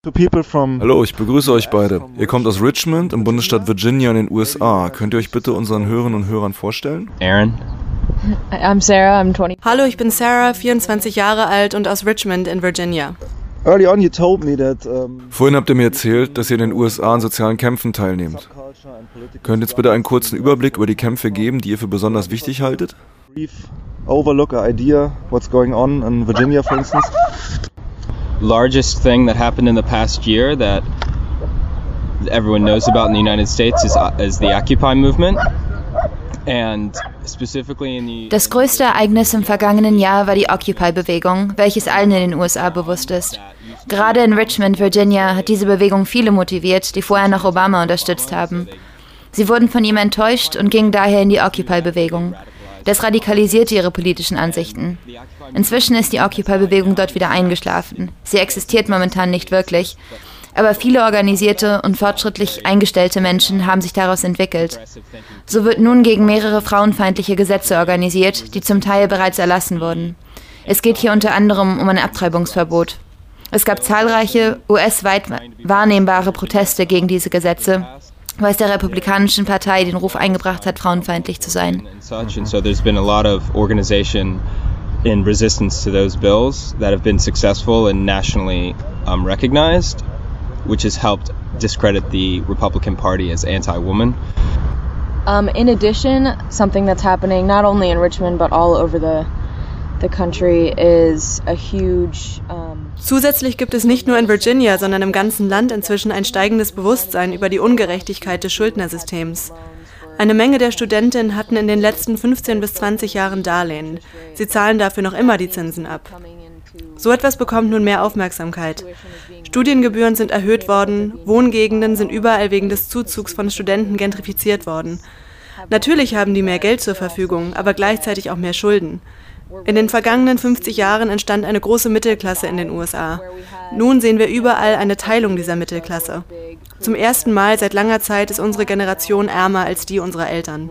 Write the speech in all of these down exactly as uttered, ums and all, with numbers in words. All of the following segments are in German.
Hallo, ich begrüße euch beide. Ihr kommt aus Richmond im Bundesstaat Virginia in den U S A. Könnt ihr euch bitte unseren Hörerinnen und Hörern vorstellen? Aaron. I'm Sarah, I'm twenty. Hallo, ich bin Sarah, vierundzwanzig Jahre alt und aus Richmond in Virginia. Vorhin habt ihr mir erzählt, dass ihr in den U S A an sozialen Kämpfen teilnehmt. Könnt ihr jetzt bitte einen kurzen Überblick über die Kämpfe geben, die ihr für besonders wichtig haltet? Overlook an idea what's going on in Virginia, for instance. Largest thing that happened in the past year that everyone knows about in the United States is, is the Occupy movement. And specifically in the Das größte Ereignis im vergangenen Jahr war die Occupy-Bewegung, welches allen in den U S A bewusst ist. Gerade in Richmond, Virginia, hat diese Bewegung viele motiviert, die vorher noch Obama unterstützt haben. Sie wurden von ihm enttäuscht und gingen daher in die Occupy-Bewegung. Das radikalisierte ihre politischen Ansichten. Inzwischen ist die Occupy-Bewegung dort wieder eingeschlafen. Sie existiert momentan nicht wirklich. Aber viele organisierte und fortschrittlich eingestellte Menschen haben sich daraus entwickelt. So wird nun gegen mehrere frauenfeindliche Gesetze organisiert, die zum Teil bereits erlassen wurden. Es geht hier unter anderem um ein Abtreibungsverbot. Es gab zahlreiche U S-weit wahrnehmbare Proteste gegen diese Gesetze, weil es der Republikanischen Partei den Ruf eingebracht hat, frauenfeindlich zu sein. in resistance to those bills that have been successful and nationally um, recognized, which has helped discredit the Republican Party as anti-woman. Um, in addition, something that's happening not only in Richmond but all over the the country is a huge. Um Zusätzlich gibt es nicht nur in Virginia, sondern im ganzen Land inzwischen ein steigendes Bewusstsein über die Ungerechtigkeit des Schuldnersystems. Eine Menge der Studentinnen hatten in den letzten fünfzehn bis zwanzig Jahren Darlehen. Sie zahlen dafür noch immer die Zinsen ab. So etwas bekommt nun mehr Aufmerksamkeit. Studiengebühren sind erhöht worden, Wohngegenden sind überall wegen des Zuzugs von Studenten gentrifiziert worden. Natürlich haben die mehr Geld zur Verfügung, aber gleichzeitig auch mehr Schulden. In den vergangenen fünfzig Jahren entstand eine große Mittelklasse in den U S A. Nun sehen wir überall eine Teilung dieser Mittelklasse. Zum ersten Mal seit langer Zeit ist unsere Generation ärmer als die unserer Eltern.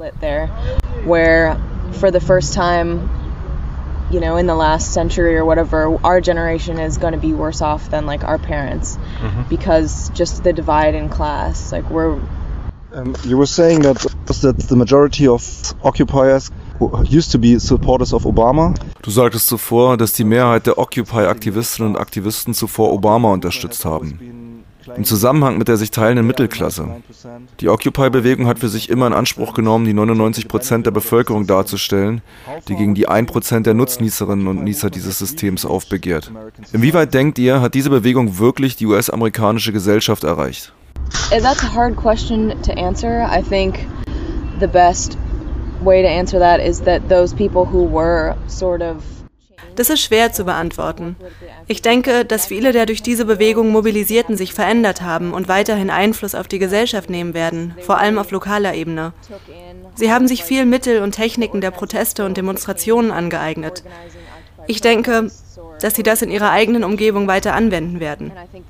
Where for the first time, you know, in the last century or whatever, our generation is going to be worse off than like our parents, mm-hmm. because just the divide in class, like we're. Um, you were saying that that the majority of occupiers used to be supporters of Obama. Du sagtest zuvor, dass die Mehrheit der Occupy-Aktivistinnen und Aktivisten zuvor Obama unterstützt haben. Im Zusammenhang mit der sich teilenden Mittelklasse. Die Occupy-Bewegung hat für sich immer in Anspruch genommen, die neunundneunzig Prozent der Bevölkerung darzustellen, die gegen die ein Prozent der Nutznießerinnen und Nießer dieses Systems aufbegehrt. Inwieweit denkt ihr, hat diese Bewegung wirklich die U S-amerikanische Gesellschaft erreicht? That's a hard question to answer. I think the best way to answer that is that those people who were sort of. Das ist schwer zu beantworten. Ich denke, dass viele der durch diese Bewegung Mobilisierten sich verändert haben und weiterhin Einfluss auf die Gesellschaft nehmen werden, vor allem auf lokaler Ebene. Sie haben sich viel Mittel und Techniken der Proteste und Demonstrationen angeeignet. Ich denke, dass sie das in ihrer eigenen Umgebung weiter anwenden werden.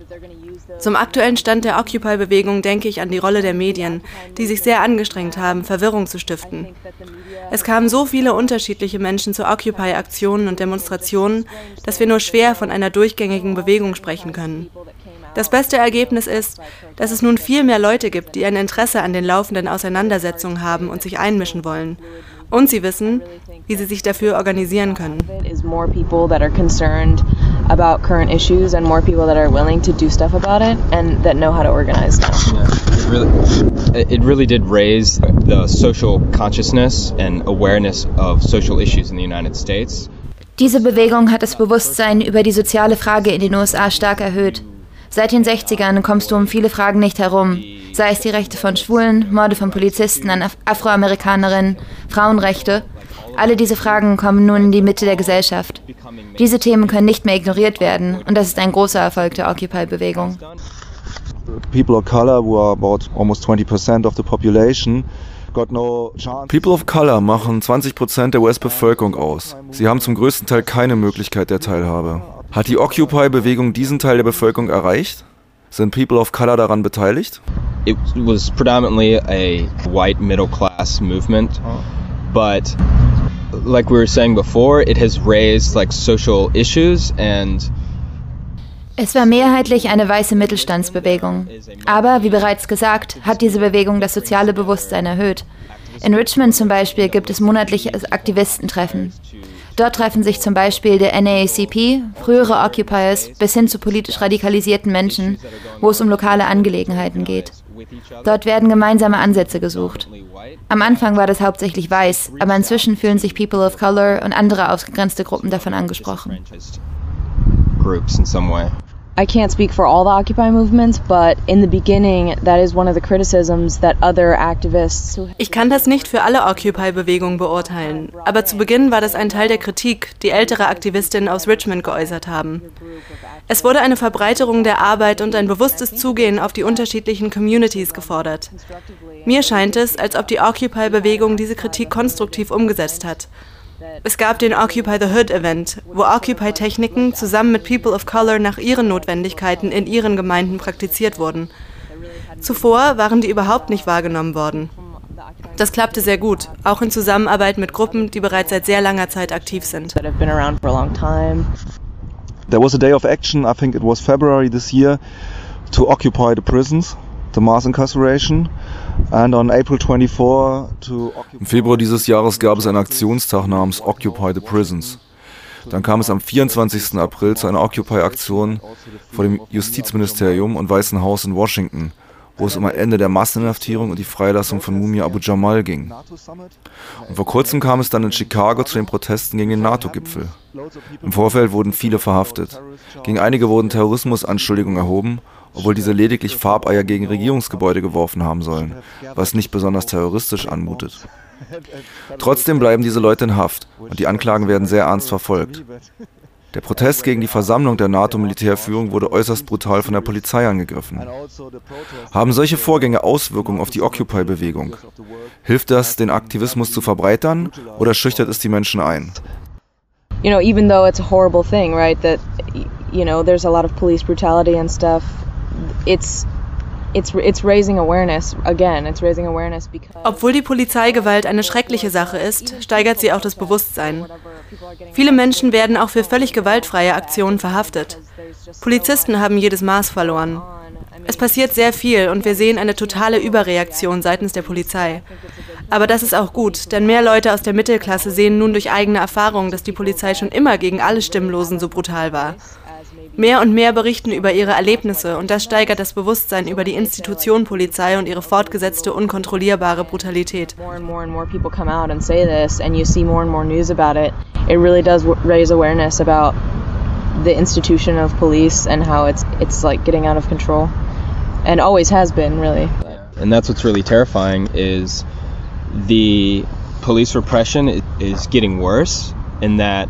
Zum aktuellen Stand der Occupy-Bewegung denke ich an die Rolle der Medien, die sich sehr angestrengt haben, Verwirrung zu stiften. Es kamen so viele unterschiedliche Menschen zu Occupy-Aktionen und Demonstrationen, dass wir nur schwer von einer durchgängigen Bewegung sprechen können. Das beste Ergebnis ist, dass es nun viel mehr Leute gibt, die ein Interesse an den laufenden Auseinandersetzungen haben und sich einmischen wollen. Und sie wissen, wie sie sich dafür organisieren können. More people that are concerned about current issues and more people that are willing to do stuff about it and that know how to organize now. It really, it really did raise the social consciousness and awareness of social issues in the United States. Diese Bewegung hat das Bewusstsein über die soziale Frage in den U S A stark erhöht. Seit den sechzigern kommst du um viele Fragen nicht herum, sei es die Rechte von Schwulen, Morde von Polizisten an Af- Afroamerikanerinnen, Frauenrechte. Alle diese Fragen kommen nun in die Mitte der Gesellschaft. Diese Themen können nicht mehr ignoriert werden und das ist ein großer Erfolg der Occupy-Bewegung. People of color, who are about almost twenty percent of the population, got no chance. People of Color machen zwanzig Prozent der U S-Bevölkerung aus. Sie haben zum größten Teil keine Möglichkeit der Teilhabe. Hat die Occupy-Bewegung diesen Teil der Bevölkerung erreicht? Sind People of Color daran beteiligt? It was predominantly a white middle class movement, but like we were saying before, it has raised like social issues and Es war mehrheitlich eine weiße Mittelstandsbewegung. Aber, wie bereits gesagt, hat diese Bewegung das soziale Bewusstsein erhöht. In Richmond zum Beispiel gibt es monatliche Aktivistentreffen. Dort treffen sich zum Beispiel der N double A C P, frühere Occupiers, bis hin zu politisch radikalisierten Menschen, wo es um lokale Angelegenheiten geht. Dort werden gemeinsame Ansätze gesucht. Am Anfang war das hauptsächlich weiß, aber inzwischen fühlen sich People of Color und andere ausgegrenzte Gruppen davon angesprochen. I can't speak for all the Occupy movements, but in the beginning, that is one of the criticisms that other activists who Ich kann das nicht für alle Occupy-Bewegungen beurteilen, aber zu Beginn war das ein Teil der Kritik, die ältere Aktivistinnen aus Richmond geäußert haben. Es wurde eine Verbreiterung der Arbeit und ein bewusstes Zugehen auf die unterschiedlichen Communities gefordert. Mir scheint es, als ob die Occupy-Bewegung diese Kritik konstruktiv umgesetzt hat. Es gab den Occupy the Hood Event, wo Occupy-Techniken zusammen mit People of Color nach ihren Notwendigkeiten in ihren Gemeinden praktiziert wurden. Zuvor waren die überhaupt nicht wahrgenommen worden. Das klappte sehr gut, auch in Zusammenarbeit mit Gruppen, die bereits seit sehr langer Zeit aktiv sind. There was a day of action, I think it was February this year, to occupy the prisons, the mass incarceration. And on April twenty-fourth to Im Februar dieses Jahres gab es einen Aktionstag namens Occupy the Prisons. Dann kam es am vierundzwanzigsten April zu einer Occupy-Aktion vor dem Justizministerium und Weißen Haus in Washington, wo es um ein Ende der Masseninhaftierung und die Freilassung von Mumia Abu Jamal ging. Und vor kurzem kam es dann in Chicago zu den Protesten gegen den NATO-Gipfel. Im Vorfeld wurden viele verhaftet. Gegen einige wurden Terrorismusanschuldigungen erhoben, obwohl diese lediglich Farbeier gegen Regierungsgebäude geworfen haben sollen, was nicht besonders terroristisch anmutet. Trotzdem bleiben diese Leute in Haft und die Anklagen werden sehr ernst verfolgt. Der Protest gegen die Versammlung der NATO-Militärführung wurde äußerst brutal von der Polizei angegriffen. Haben solche Vorgänge Auswirkungen auf die Occupy-Bewegung? Hilft das, den Aktivismus zu verbreitern, oder schüchtert es die Menschen ein? You know, even though it's a horrible thing, right, that, you know, there's a lot of police brutality and stuff, it's It's, it's raising awareness again. It's raising awareness because Obwohl die Polizeigewalt eine schreckliche Sache ist, steigert sie auch das Bewusstsein. Viele Menschen werden auch für völlig gewaltfreie Aktionen verhaftet. Polizisten haben jedes Maß verloren. Es passiert sehr viel und wir sehen eine totale Überreaktion seitens der Polizei. Aber das ist auch gut, denn mehr Leute aus der Mittelklasse sehen nun durch eigene Erfahrung, dass die Polizei schon immer gegen alle Stimmlosen so brutal war. Mehr und mehr berichten über ihre Erlebnisse und das steigert das Bewusstsein über die Institution Polizei und ihre fortgesetzte, unkontrollierbare Brutalität. more and more and more people come out and say this and you see more and more news about it, it really does raise awareness about the institution of police and how it's it's like getting out of control and always has been, really. And that's what's really terrifying is the police repression is getting worse in that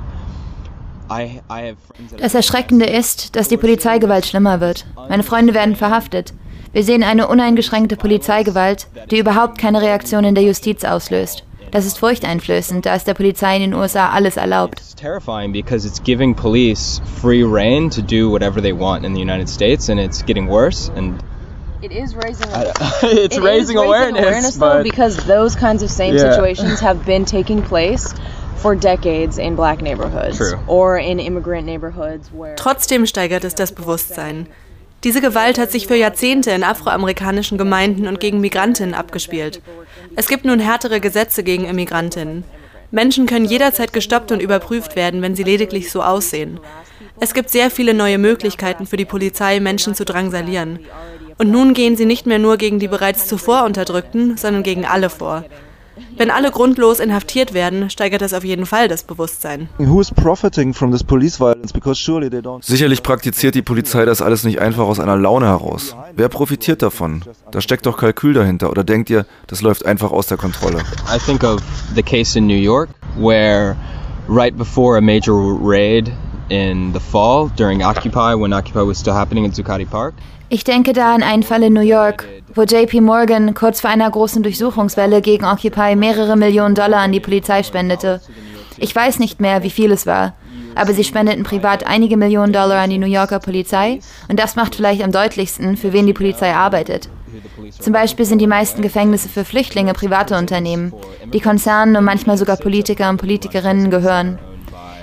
Das Erschreckende ist, dass die Polizeigewalt schlimmer wird. Meine Freunde werden verhaftet. Wir sehen eine uneingeschränkte Polizeigewalt, die überhaupt keine Reaktion in der Justiz auslöst. Das ist furchteinflößend, da es der Polizei in den U S A alles erlaubt. It's terrifying because it's giving police free reign to do whatever they want in the United States, and it's getting worse. And It is raising, it's it raising is awareness, awareness though, but because those kinds of same Yeah. situations have been taking place for decades in black neighborhoods True. or in immigrant neighborhoods where Trotzdem steigert es das Bewusstsein. Diese Gewalt hat sich für Jahrzehnte in afroamerikanischen Gemeinden und gegen Migrantinnen abgespielt. Es gibt nun härtere Gesetze gegen Immigrantinnen. Menschen können jederzeit gestoppt und überprüft werden, wenn sie lediglich so aussehen. Es gibt sehr viele neue Möglichkeiten für die Polizei, Menschen zu drangsalieren. Und nun gehen sie nicht mehr nur gegen die bereits zuvor Unterdrückten, sondern gegen alle vor. Wenn alle grundlos inhaftiert werden, steigert das auf jeden Fall das Bewusstsein. Who is profiting from this police violence? Because surely they don't. Sicherlich praktiziert die Polizei das alles nicht einfach aus einer Laune heraus. Wer profitiert davon? Da steckt doch Kalkül dahinter. Oder denkt ihr, das läuft einfach aus der Kontrolle? I think of the case in New York where right before a major raid in the fall during Occupy, when Occupy was still happening in Zuccotti Park. Ich denke da an einen Fall in New York, wo J P Morgan kurz vor einer großen Durchsuchungswelle gegen Occupy mehrere Millionen Dollar an die Polizei spendete. Ich weiß nicht mehr, wie viel es war, aber sie spendeten privat einige Millionen Dollar an die New Yorker Polizei und das macht vielleicht am deutlichsten, für wen die Polizei arbeitet. Zum Beispiel sind die meisten Gefängnisse für Flüchtlinge private Unternehmen, die Konzernen und manchmal sogar Politiker und Politikerinnen gehören.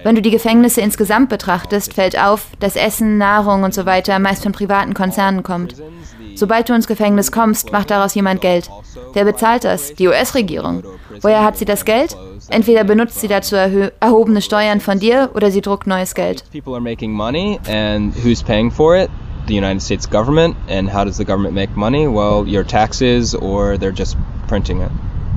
Wenn du die Gefängnisse insgesamt betrachtest, fällt auf, dass Essen, Nahrung und so weiter meist von privaten Konzernen kommt. Sobald du ins Gefängnis kommst, macht daraus jemand Geld. Wer bezahlt das? Die U S-Regierung. Woher hat sie das Geld? Entweder benutzt sie dazu erhö- erhobene Steuern von dir oder sie druckt neues Geld. People are making money and who's paying for it? The United States government. And how does the government make money? Well, your taxes or they're just printing it.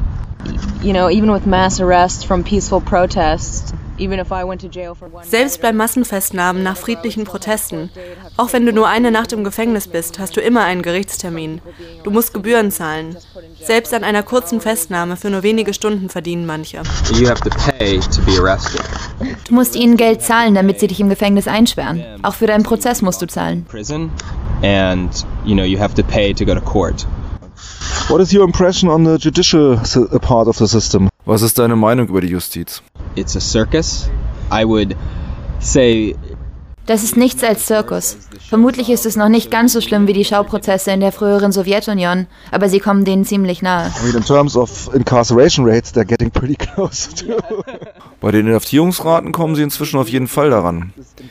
You know, even with mass arrests from peaceful protests, even if I went to jail for one Selbst bei Massenfestnahmen nach friedlichen Protesten. Auch wenn du nur eine Nacht im Gefängnis bist, hast du immer einen Gerichtstermin. Du musst Gebühren zahlen. Selbst an einer kurzen Festnahme für nur wenige Stunden verdienen manche. You have to pay to be arrested. Du musst ihnen Geld zahlen, damit sie dich im Gefängnis einsperren. Auch für deinen Prozess musst du zahlen. Prison and you know you have to pay to go to court. What is your impression on the judicial part of the system? Was ist deine Meinung über die Justiz? It's a circus. I would say Das ist nichts als Zirkus. Vermutlich ist es noch nicht ganz so schlimm wie die Schauprozesse in der früheren Sowjetunion, aber sie kommen denen ziemlich nahe. I mean, in terms of incarceration rates, they're getting pretty close to. Bei den Inhaftierungsraten kommen sie inzwischen auf jeden Fall daran.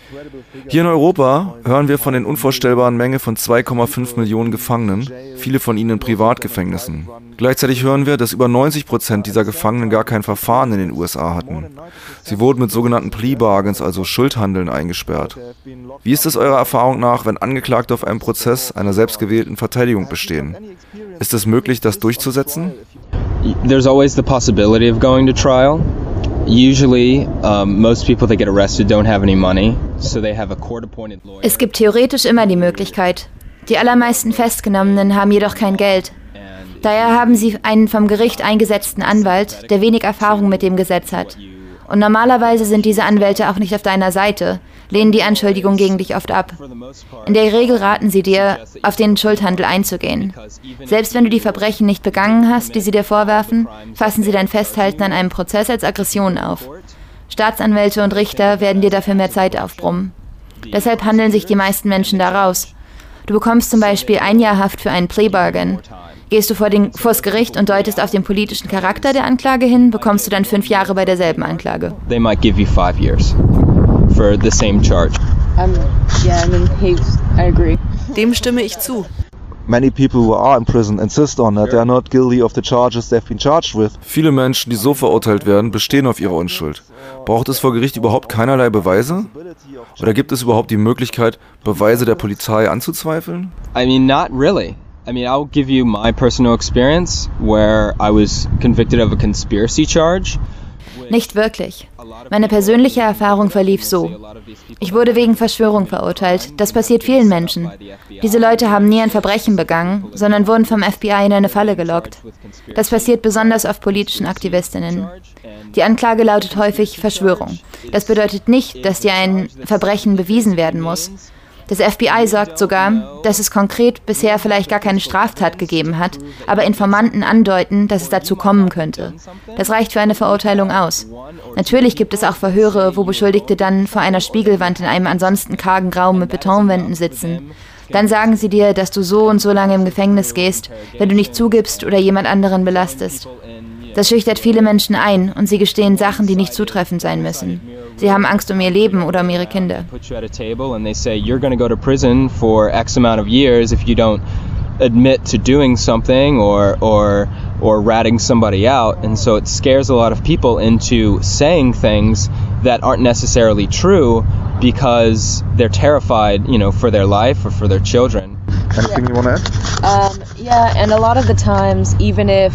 Hier in Europa hören wir von den unvorstellbaren Menge von zwei Komma fünf Millionen Gefangenen, viele von ihnen in Privatgefängnissen. Gleichzeitig hören wir, dass über neunzig Prozent dieser Gefangenen gar kein Verfahren in den U S A hatten. Sie wurden mit sogenannten Plea Bargains, also Schuldhandeln, eingesperrt. Wie ist es eurer Erfahrung nach, wenn Angeklagte auf einem Prozess einer selbstgewählten Verteidigung bestehen? Ist es möglich, das durchzusetzen? there's always the possibility of going to trial. Usually, um, most people that get arrested don't have any money, so they have a court-appointed lawyer. Es gibt theoretisch immer die Möglichkeit. Die allermeisten Festgenommenen haben jedoch kein Geld. Daher haben sie einen vom Gericht eingesetzten Anwalt, der wenig Erfahrung mit dem Gesetz hat. Und normalerweise sind diese Anwälte auch nicht auf deiner Seite, lehnen die Anschuldigung gegen dich oft ab. In der Regel raten sie dir, auf den Schuldhandel einzugehen. Selbst wenn du die Verbrechen nicht begangen hast, die sie dir vorwerfen, fassen sie dein Festhalten an einem Prozess als Aggression auf. Staatsanwälte und Richter werden dir dafür mehr Zeit aufbrummen. Deshalb handeln sich die meisten Menschen da raus. Du bekommst zum Beispiel ein Jahr Haft für einen Plea Bargain. Gehst du vor den, vors Gericht und deutest auf den politischen Charakter der Anklage hin, bekommst du dann fünf Jahre bei derselben Anklage. They might give you five years for the same charge. Um, yeah, I mean, he's, I agree. Dem stimme ich zu. Many people who are in prison insist on that they are not guilty of the charges they've been charged with. Viele Menschen, die so verurteilt werden, bestehen auf ihre Unschuld. Braucht es vor Gericht überhaupt keinerlei Beweise? Oder gibt es überhaupt die Möglichkeit, Beweise der Polizei anzuzweifeln? I mean, not really. I mean, I'll give you my personal experience where I was convicted of a conspiracy charge. Nicht wirklich. Meine persönliche Erfahrung verlief so. Ich wurde wegen Verschwörung verurteilt. Das passiert vielen Menschen. Diese Leute haben nie ein Verbrechen begangen, sondern wurden vom F B I in eine Falle gelockt. Das passiert besonders oft politischen Aktivistinnen. Die Anklage lautet häufig Verschwörung. Das bedeutet nicht, dass dir ein Verbrechen bewiesen werden muss. Das F B I sagt sogar, dass es konkret bisher vielleicht gar keine Straftat gegeben hat, aber Informanten andeuten, dass es dazu kommen könnte. Das reicht für eine Verurteilung aus. Natürlich gibt es auch Verhöre, wo Beschuldigte dann vor einer Spiegelwand in einem ansonsten kargen Raum mit Betonwänden sitzen. Dann sagen sie dir, dass du so und so lange im Gefängnis gehst, wenn du nicht zugibst oder jemand anderen belastest. Das schüchtert viele Menschen ein und sie gestehen Sachen, die nicht zutreffend sein müssen. Sie haben Angst um ihr Leben oder um ihre Kinder. Put you at a table and they say you're going to go to prison for X amount of years if you don't admit to doing something or or or ratting somebody out, and so it scares a lot of people into saying things that aren't necessarily true because they're terrified, you know, for their life or for their children. Anything you want to add? Um, yeah, and a lot of the times, even if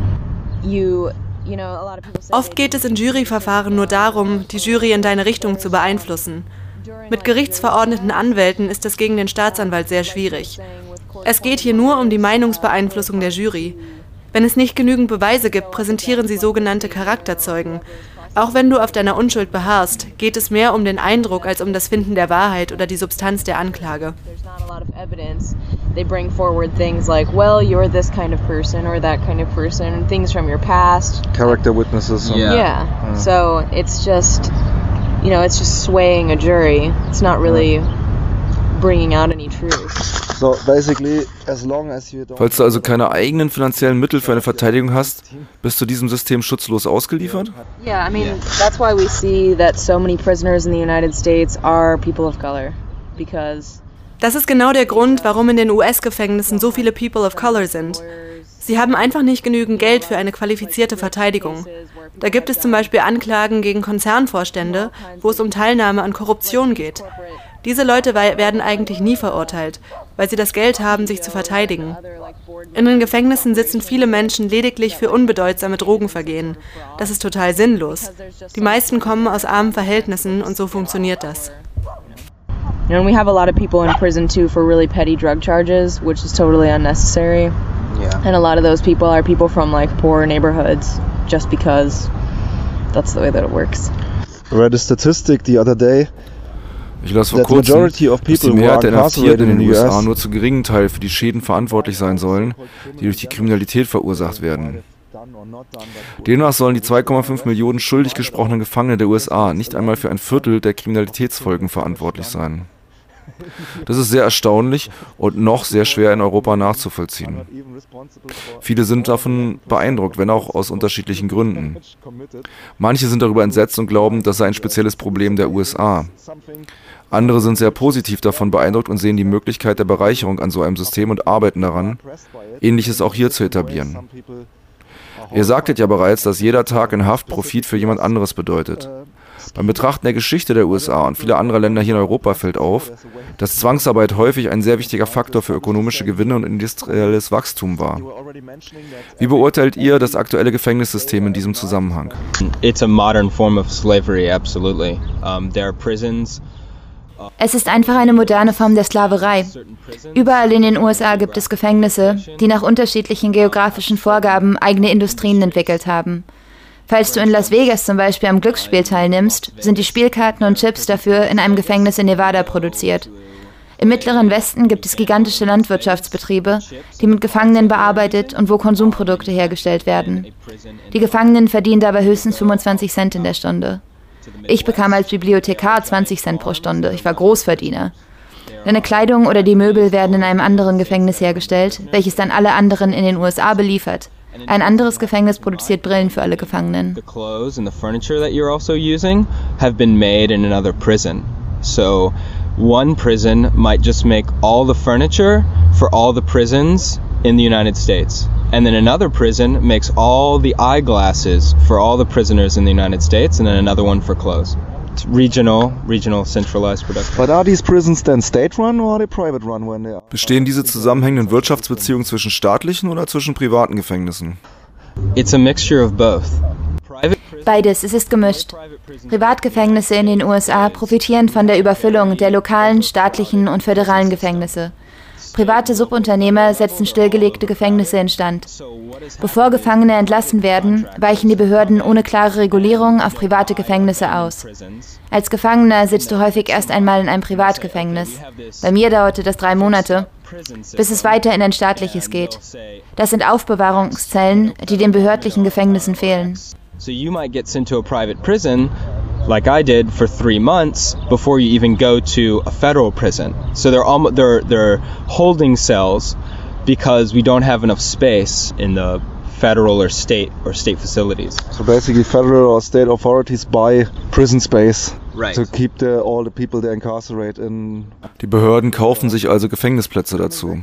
you, you know, a lot of people say Oft geht es in Juryverfahren nur darum, die Jury in deine Richtung zu beeinflussen. Mit gerichtsverordneten Anwälten ist das gegen den Staatsanwalt sehr schwierig. Es geht hier nur um die Meinungsbeeinflussung der Jury. Wenn es nicht genügend Beweise gibt, präsentieren sie sogenannte Charakterzeugen. Auch wenn du auf deiner Unschuld beharrst, geht es mehr um den Eindruck als um das Finden der Wahrheit oder die Substanz der Anklage. there's not a lot of evidence, they bring forward things like, well, you're this kind of person or that kind of person, things from your past. Character witnesses. and- Yeah. Yeah. So it's just, you know, it's just swaying a jury. It's not really bringing out any truth. Falls du also keine eigenen finanziellen Mittel für eine Verteidigung hast, bist du diesem System schutzlos ausgeliefert? Yeah, I mean, that's why we see that so many prisoners in the United States are people of color, because Das ist genau der Grund, warum in den U S-Gefängnissen so viele People of Color sind. Sie haben einfach nicht genügend Geld für eine qualifizierte Verteidigung. Da gibt es zum Beispiel Anklagen gegen Konzernvorstände, wo es um Teilnahme an Korruption geht. Diese Leute werden eigentlich nie verurteilt, weil sie das Geld haben, sich zu verteidigen. In den Gefängnissen sitzen viele Menschen lediglich für unbedeutsame Drogenvergehen. Das ist total sinnlos. Die meisten kommen aus armen Verhältnissen und so funktioniert das. You know, and we have a lot of people in prison too for really petty drug charges, which is totally unnecessary. Yeah. And a lot of those people are people from like poor neighborhoods, just because that's the way that it works. I read a statistic the other day. Ich las vor kurzem, dass die Mehrheit der Inhaftierten in den U S A nur zu geringen Teil für die Schäden verantwortlich sein sollen, die durch die Kriminalität verursacht werden. Demnach sollen die zwei Komma fünf Millionen schuldig gesprochenen Gefangenen der U S A nicht einmal für ein Viertel der Kriminalitätsfolgen verantwortlich sein. Das ist sehr erstaunlich und noch sehr schwer in Europa nachzuvollziehen. Viele sind davon beeindruckt, wenn auch aus unterschiedlichen Gründen. Manche sind darüber entsetzt und glauben, das sei ein spezielles Problem der U S A. Andere sind sehr positiv davon beeindruckt und sehen die Möglichkeit der Bereicherung an so einem System und arbeiten daran, Ähnliches auch hier zu etablieren. Ihr sagtet ja bereits, dass jeder Tag in Haft Profit für jemand anderes bedeutet. Beim Betrachten der Geschichte der U S A und vieler anderer Länder hier in Europa fällt auf, dass Zwangsarbeit häufig ein sehr wichtiger Faktor für ökonomische Gewinne und industrielles Wachstum war. Wie beurteilt ihr das aktuelle Gefängnissystem in diesem Zusammenhang? It's a modern form of slavery, absolutely. Um, there are prisons. Es ist einfach eine moderne Form der Sklaverei. Überall in den U S A gibt es Gefängnisse, die nach unterschiedlichen geografischen Vorgaben eigene Industrien entwickelt haben. Falls du in Las Vegas zum Beispiel am Glücksspiel teilnimmst, sind die Spielkarten und Chips dafür in einem Gefängnis in Nevada produziert. Im Mittleren Westen gibt es gigantische Landwirtschaftsbetriebe, die mit Gefangenen bearbeitet und wo Konsumprodukte hergestellt werden. Die Gefangenen verdienen dabei höchstens fünfundzwanzig Cent in der Stunde. Ich bekam als Bibliothekar zwanzig Cent pro Stunde. Ich war Großverdiener. Deine Kleidung oder die Möbel werden in einem anderen Gefängnis hergestellt, welches dann alle anderen in den U S A beliefert. Ein anderes Gefängnis produziert Brillen für alle Gefangenen. The clothes and the furniture that you're also using have been made in another prison. So one prison might just make all the furniture for all the prisons in the United States. And then another prison makes all the eyeglasses for all the prisoners in the United States, and then another one for clothes. It's regional, regional centralized production. But are these prisons then state-run or are they private-run when they are? Bestehen diese zusammenhängenden Wirtschaftsbeziehungen zwischen staatlichen oder zwischen privaten Gefängnissen? It's a mixture of both. Beides, es ist gemischt. Privatgefängnisse in den U S A profitieren von der Überfüllung der lokalen, staatlichen und föderalen Gefängnisse. Private Subunternehmer setzen stillgelegte Gefängnisse instand. Bevor Gefangene entlassen werden, weichen die Behörden ohne klare Regulierung auf private Gefängnisse aus. Als Gefangener sitzt du häufig erst einmal in einem Privatgefängnis. Bei mir dauerte das drei Monate, bis es weiter in ein staatliches geht. Das sind Aufbewahrungszellen, die den behördlichen Gefängnissen fehlen. So you might get sent to a private prison, like I did, for three months before you even go to a federal prison. So they're almost they're they're holding cells because we don't have enough space in the federal or state or state facilities. So basically, federal or state authorities buy prison space right. to keep the, all the people they incarcerate in. Die Behörden kaufen sich also Gefängnisplätze dazu.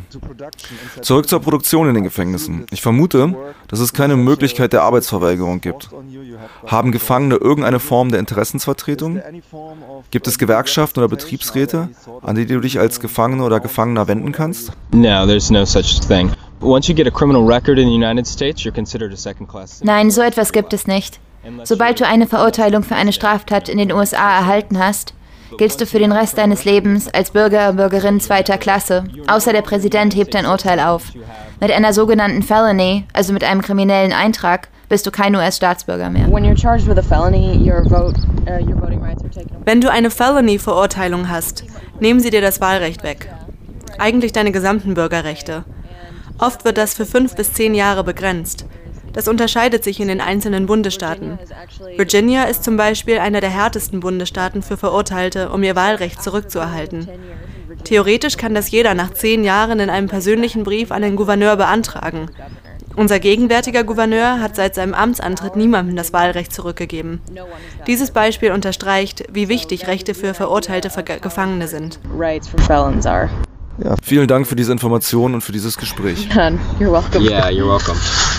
Zurück zur Produktion in den Gefängnissen. Ich vermute, dass es keine Möglichkeit der Arbeitsverweigerung gibt. Haben Gefangene irgendeine Form der Interessensvertretung? Gibt es Gewerkschaften oder Betriebsräte, an die du dich als Gefangene oder Gefangener wenden kannst? No, there's no such thing. Once you get a criminal record in the United States, you're considered a second-class citizen. Nein, so etwas gibt es nicht. Sobald du eine Verurteilung für eine Straftat in den U S A erhalten hast, giltst du für den Rest deines Lebens als Bürger oder Bürgerin zweiter Klasse, außer der Präsident hebt dein Urteil auf. Mit einer sogenannten Felony, also mit einem kriminellen Eintrag, bist du kein U S-Staatsbürger mehr. Wenn du eine Felony-Verurteilung hast, nehmen sie dir das Wahlrecht weg. Eigentlich deine gesamten Bürgerrechte. Oft wird das für fünf bis zehn Jahre begrenzt. Das unterscheidet sich in den einzelnen Bundesstaaten. Virginia ist zum Beispiel einer der härtesten Bundesstaaten für Verurteilte, um ihr Wahlrecht zurückzuerhalten. Theoretisch kann das jeder nach zehn Jahren in einem persönlichen Brief an den Gouverneur beantragen. Unser gegenwärtiger Gouverneur hat seit seinem Amtsantritt niemandem das Wahlrecht zurückgegeben. Dieses Beispiel unterstreicht, wie wichtig Rechte für verurteilte Ver- Gefangene sind. Ja, vielen Dank für diese Informationen und für dieses Gespräch. You're welcome. Yeah, you're welcome.